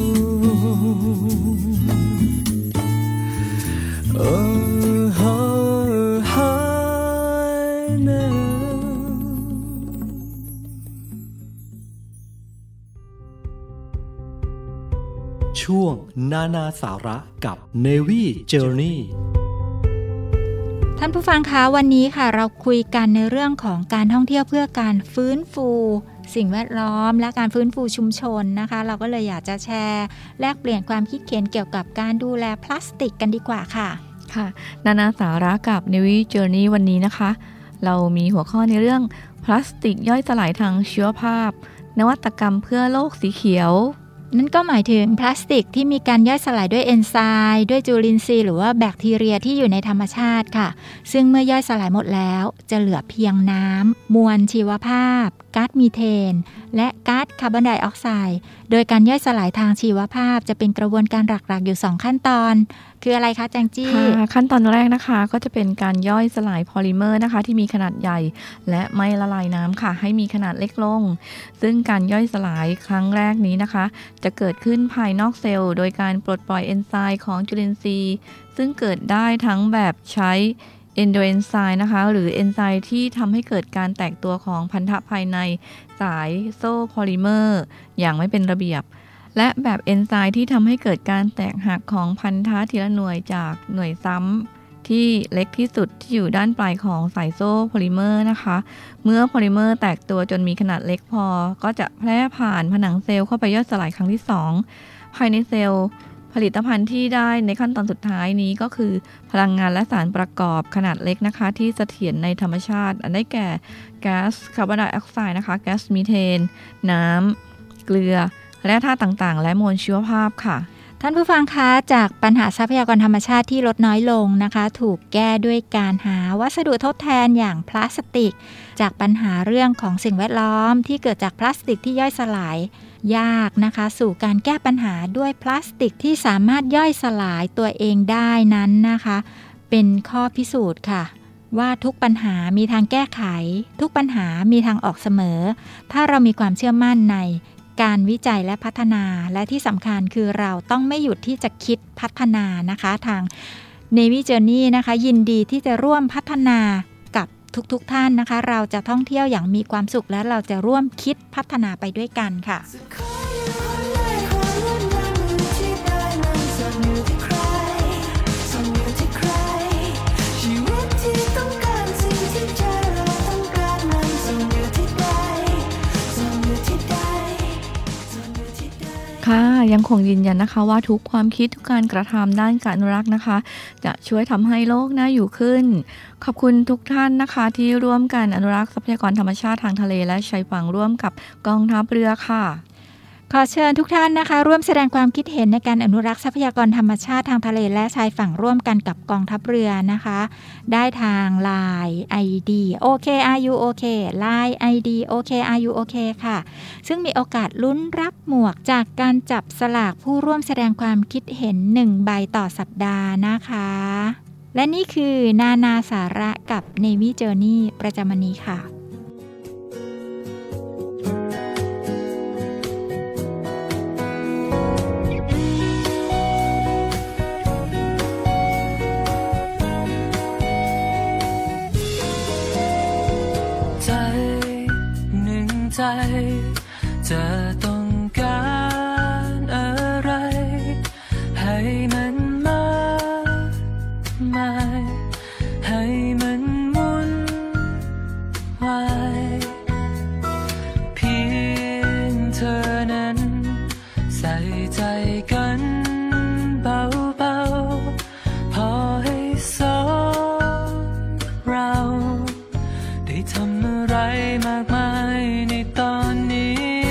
โอ้โหช่วงนานาสาระกับ Navy Journey ท่านผู้ฟังคะวันนี้ค่ะเราคุยกันในเรื่องของการท่องเที่ยวเพื่อการฟื้นฟูสิ่งแวดล้อมและการฟื้นฟูชุมชนนะคะเราก็เลยอยากจะแชร์แลกเปลี่ยนความคิดเห็นเกี่ยวกับการดูแลพลาสติกกันดีกว่าค่ะค่ะนานาสาระกับ Navy Journey วันนี้นะคะเรามีหัวข้อในเรื่องพลาสติกย่อยสลายทางชีวภาพนวัตกรรมเพื่อโลกสีเขียวนั่นก็หมายถึงพลาสติกที่มีการย่อยสลายด้วยเอนไซม์ด้วยจุลินทรีย์หรือว่าแบคทีเรียที่อยู่ในธรรมชาติค่ะซึ่งเมื่อย่อยสลายหมดแล้วจะเหลือเพียงน้ำมวลชีวภาพก๊าซมีเทนและก๊าซคาร์บอนไดออกไซด์โดยการย่อยสลายทางชีวภาพจะเป็นกระบวนการหลักๆอยู่สองขั้นตอนคืออะไรคะแจงจี้ค่ะขั้นตอนแรกนะคะก็จะเป็นการย่อยสลายพอลิเมอร์นะคะที่มีขนาดใหญ่และไม่ละลายน้ำค่ะให้มีขนาดเล็กลงซึ่งการย่อยสลายครั้งแรกนี้นะคะจะเกิดขึ้นภายนอกเซลล์โดยการปลดปล่อยเอนไซม์ของจุลินทรีย์ซึ่งเกิดได้ทั้งแบบใช้เอนโดเอนไซม์นะคะหรือเอนไซม์ที่ทำให้เกิดการแตกตัวของพันธะภายในสายโซ่พอลิเมอร์อย่างไม่เป็นระเบียบและแบบเอนไซม์ที่ทำให้เกิดการแตกหักของพันธะทีละหน่วยจากหน่วยซ้ำที่เล็กที่สุดที่อยู่ด้านปลายของสายโซ่พอลิเมอร์นะคะเมื่อพอลิเมอร์แตกตัวจนมีขนาดเล็กพอก็จะแพร่ผ่านผนังเซลล์เข้าไปย่อยสลายครั้งที่สองภายในเซลล์ผลิตภัณฑ์ที่ได้ในขั้นตอนสุดท้ายนี้ก็คือพลังงานและสารประกอบขนาดเล็กนะคะที่เสถียรในธรรมชาติอันได้แก่ก๊าซคาร์บอนไดออกไซด์นะคะแก๊สมีเทนน้ำเกลือและธาตุต่างๆและมวลชีวภาพค่ะท่านผู้ฟังคะจากปัญหาทรัพยากรธรรมชาติที่ลดน้อยลงนะคะถูกแก้ด้วยการหาวัสดุทดแทนอย่างพลาสติกจากปัญหาเรื่องของสิ่งแวดล้อมที่เกิดจากพลาสติกที่ย่อยสลายยากนะคะสู่การแก้ปัญหาด้วยพลาสติกที่สามารถย่อยสลายตัวเองได้นั้นนะคะเป็นข้อพิสูจน์ค่ะว่าทุกปัญหามีทางแก้ไขทุกปัญหามีทางออกเสมอถ้าเรามีความเชื่อมั่นในการวิจัยและพัฒนาและที่สำคัญคือเราต้องไม่หยุดที่จะคิดพัฒนานะคะทาง Navy Journey นะคะยินดีที่จะร่วมพัฒนากับทุกๆ ท่านนะคะเราจะท่องเที่ยวอย่างมีความสุขและเราจะร่วมคิดพัฒนาไปด้วยกันค่ะค่ะยังคงยืนยันนะคะว่าทุกความคิดทุกการกระทำด้านการอนุรักษ์นะคะจะช่วยทำให้โลกน่าอยู่ขึ้นขอบคุณทุกท่านนะคะที่ร่วมกันอนุรักษ์ทรัพยากรธรรมชาติทางทะเลและชายฝั่งร่วมกับกองทัพเรือค่ะขอเชิญทุกท่านนะคะร่วมแสดงความคิดเห็นในการอนุรักษ์ทรัพยากรธรรมชาติทางทะเลและชายฝั่งร่วมกันกับกองทัพเรือนะคะได้ทาง ไลน์ ไอ ดี โอ เค อาร์ ยู โอ เค ไลน์ ไอ ดี โอ เค อาร์ ยู โอ เค ค่ะซึ่งมีโอกาสลุ้นรับหมวกจากการจับสลากผู้ร่วมแสดงความคิดเห็นหนึ่งใบต่อสัปดาห์นะคะและนี่คือนานาสาระกับ Navy Journey ประจำวันนี้ค่ะจะต้องการอะไรให้มันมากมายให้มันวุ่นวายเพียงเธอนั้นใส่ใจกันเบาๆพอให้สองเราได้ทำอะไรมากมายในตอนนี้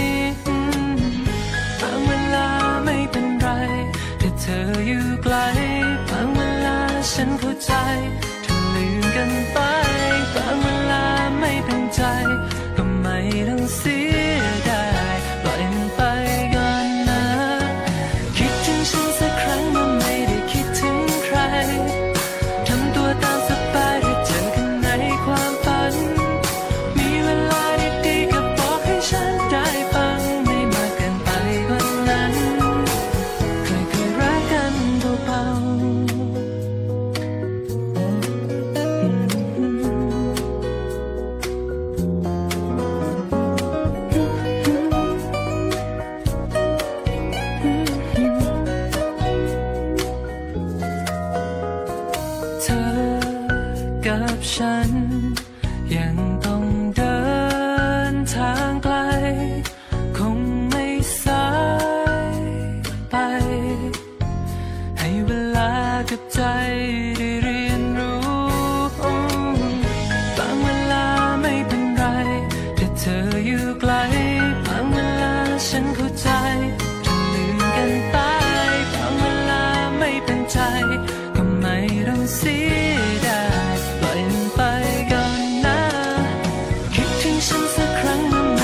ฉันเข้าใจถ้าลืมกันไปบางเวลาไม่เป็นใจก็ไม่ต้องเสียดายปล่อยมันไปก่อนนะคิดถึงฉันสักครั้งว่าไม่ได้คิดถึงใครทำตัวตามสบายได้เจอกันในความฝันมีเวลาดีๆก็บอกให้ฉันได้ฟังไม่มากเกินไปกว่านั้นเคยเคยรักกันเบาๆกับฉันยังต้องเดินทางไกลคงไม่สายไปให้เวลากับใจได้เรียนรู้บางเวลาไม่เป็นไรแต่เธออยู่ไกลบางเวลาฉันเข้าใจถ้าลืมกันไปบางเวลาไม่เป็นใจก็ไม่ต้องเสียดายปล่อยมันไปก่อนนะคิดถึงฉันสักครั้งเมื่อ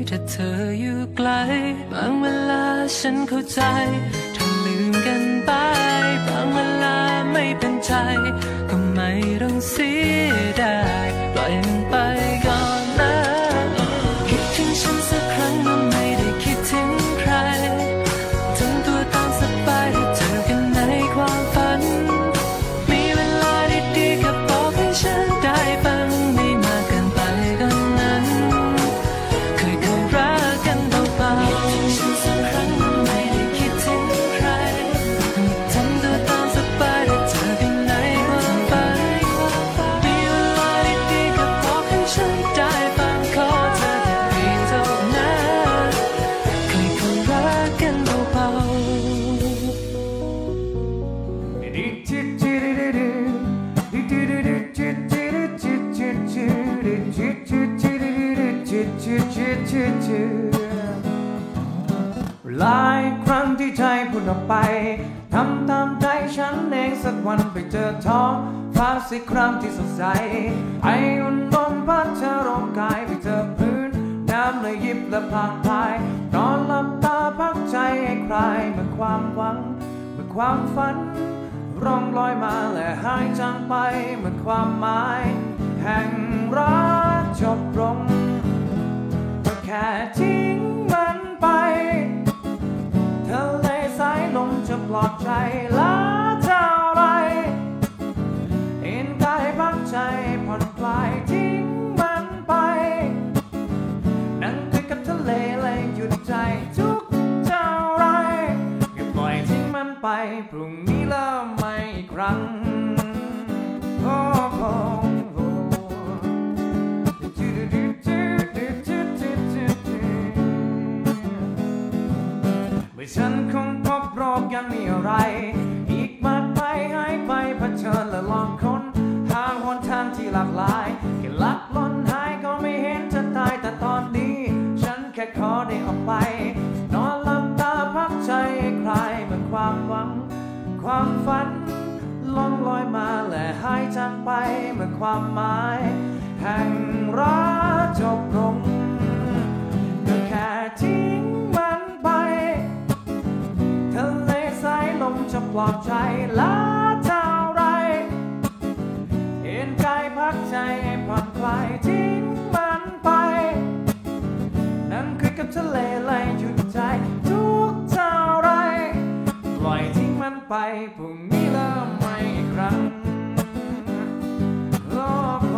ถ้าเธออยู่ไกลบางเวลาฉันเข้าใจถ้าลืมกันไปบางเวลาไม่เป็นใจก็ไม่ต้องเสียดายปล่อยมันไปก่อนนะคิดถึงฉันสักครั้งก็ไม่ได้คิดถึงใครทำตัวตามสบายได้เจอกันในความฝันมีเวลาดีๆก็บอกให้ฉันได้ฟังไม่มากเกินไปก็นั้นเคยเคยรักกันเบาๆคิดถึงฉันสักครั้งก็ไม่ได้คิดถึงใครทำตัวตามสบายได้เจอกันในความฝันมีเวลาดีๆก็บอกให้ฉันได้ฟังขอเธอแค่เพียงเท่านั้นเคยเคยรักกันเบาๆหลายครั้งที่ใจพูดออกไปทำตามใจฉันเองสักวันไปเจอท้องฟ้าสีครามที่สดใสไออุ่นลมพัดเธอร่างกายไปเจอพื้นน้ำเลยยิบและพลางพายนอนหลับตาพักใจให้คลายเมื่อความหวังเมื่อความฝันร่องลอยมาและหายจางไปเมื่อความหมายแห่งรักจบลงก็แค่ทิ้งมันไปทะเลสายลมจะปลอบใจล้าเท่าไรเอ็นกายพักใจผ่อนคลายทิ้งมันไปนั่งคุยกับทะเลเลยหยุดใจทุกเท่าไรก็ปล่อยทิ้งมันไปพรุ่งนี้เริ่มใหม่อีกครั้งโอ้โหฉันคงพบโรคยังมีอะไรอีกมากไปหายไปเผชิญและลองค้นหาหนทางที่หลากหลายแค่ลักล้นหายก็ไม่เห็นจะตายแต่ตอนนี้ฉันแค่ขอได้ออกไปนอนหลับตาพักใจให้คลายเหมือนความหวังความฝันล่องลอยมาและหายจางไปเหมือนความหมายแห่งรักจบลงก็แค่ทิ้งมันไปทะเลสายลมจะปลอบใจล้าเท่าไรเอ็นกายพักใจให้ผ่อนคลายทิ้งมันไปนั่งคุยกับทะเลเลยหยุดใจทุกเท่าไรปล่อยทิ้งมันไปพรุ่งนี้เริ่มใหม่อีกครั้งโอ้โห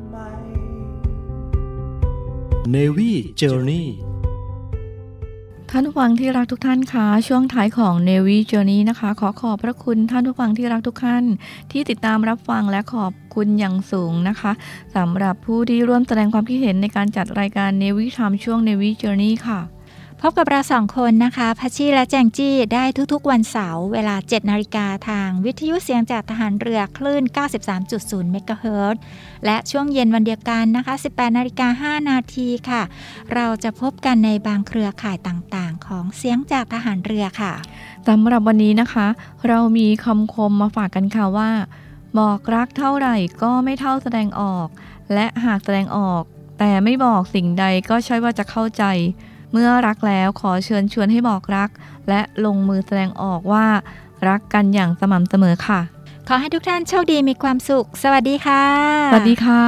Navy Journey ท่านผู้ฟังที่รักทุกท่านคะช่วงท้ายของ Navy Journey นะคะขอขอบพระคุณท่านผู้ฟังที่รักทุกท่านที่ติดตามรับฟังและขอบคุณอย่างสูงนะคะสำหรับผู้ที่ร่วมแสดงความคิดเห็นในการจัดรายการ Navy Time ช่วง Navy Journey ค่ะพบกับเราสองคนนะคะพัชชีและแจงจี้ได้ทุกๆวันเสาร์เวลา เจ็ดนาฬิกาทางวิทยุเสียงจากทหารเรือคลื่น เก้าสิบสามจุดศูนย์ เมกะเฮิรตซ์และช่วงเย็นวันเดียวกันนะคะ สิบแปดนาฬิกาห้านาทีค่ะเราจะพบกันในบางเครือข่ายต่างๆของเสียงจากทหารเรือค่ะสำหรับวันนี้นะคะเรามีคำคมมาฝากกันค่ะว่าบอกรักเท่าไหร่ก็ไม่เท่าแสดงออกและหากแสดงออกแต่ไม่บอกสิ่งใดก็ใช่ว่าจะเข้าใจเมื่อรักแล้วขอเชิญชวนให้บอกรักและลงมือแสดงออกว่ารักกันอย่างสม่ำเสมอค่ะขอให้ทุกท่านโชคดีมีความสุขสวัสดีค่ะสวัสดีค่ะ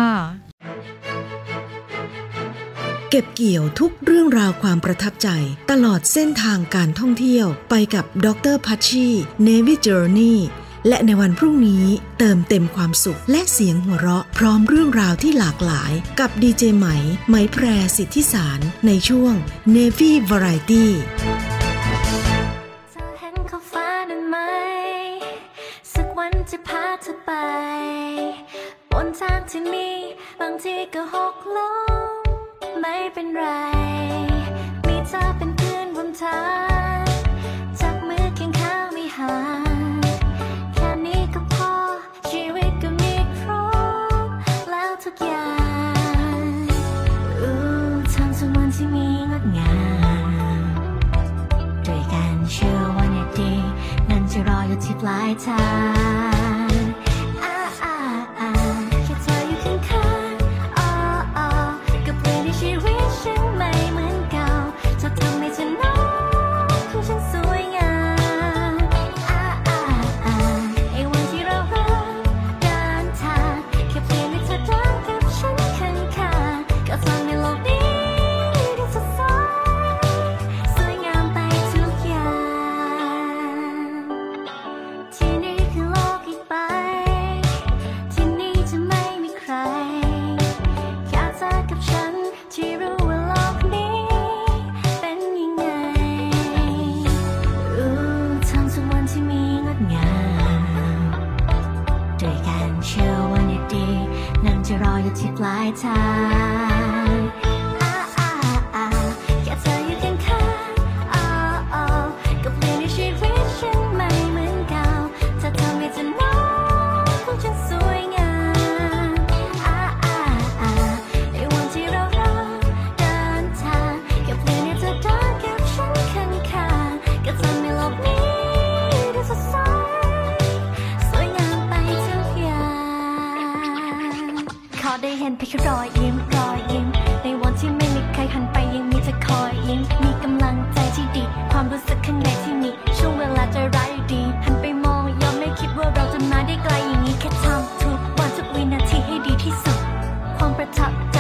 เก็บเกี่ยวทุกเรื่องราวความประทับใจตลอดเส้นทางการท่องเที่ยวไปกับดร.พัชชี Navy Journey และในวันพรุ่งนี้เติมเต็มความสุขและเสียงหัวเราะพร้อมเรื่องราวที่หลากหลายกับดีเจไหมไหมแพรสิทธิสารในช่วง Navy Variety จะเห็นขอบฟ้านั้นไหมสักวันจะพาเธอไปบนทางที่มีบางทีก็หกล้มไม่เป็นไรมีเธอเป็นเพื่อนบนทางจับมือเคียงข้างไม่ห่างทุกอย่างทำสักวันที่มีงดงามด้วยกันเชื่อว่าในดีนั้นจะรออยู่ที่ปลายทางอ่าอ่าอ่าแค่เธออยู่ข้างๆอ๋ออ๋อก็เปลี่ยนในชีวิตฉันไม่เหมือนเก่าจะทำให้เธอน้องของฉันสวยงามอ่าอ่าอ่าไอ้วันที่เรารักเดินทางแค่เปลี่ยนให้เธอได้ก็ทำให้โลกนี้ดูสดใสสวยงามไปทุกอย่างที่นี่คือโลกอีกใบที่นี่จะไม่มีใครแค่เธอกับฉันที่รู้ว่าโลกนี้เป็นยังไงทำทุกวันที่มีงดงามด้วยกันเชื่อว่าในดีนั้นจะรออยู่ที่ปลายทางอ่าอ่าอ่าแค่เธออยู่ข้างๆอ๋ออ๋อก็เปลี่ยนในชีวิตฉันไม่เหมือนเก่าจะทำให้เธอน้องของฉันสวยงามอ่าอ่าอ่าในวันที่เรารักเดินทางก็เปลี่ยนให้เธอเดินกับฉันข้างๆก็ทำให้โลกนี้ดูสดใสสวยงามไปทุกอย่างขอได้เห็นเพียงรอยยิ้มรอยยิ้มในวันที่ไม่มีใครหันไปยังมีเธอคอยยิ้มมีกำลังใจที่ดีความรู้สึกข้างในที่มีช่วงเวลาใจร้ายดีหันไปมองยอมไม่คิดว่าเราจะมาได้ไกลอย่างนี้แค่ทำทุกวันทุกวินาทีให้ดีที่สุดความประทับใจ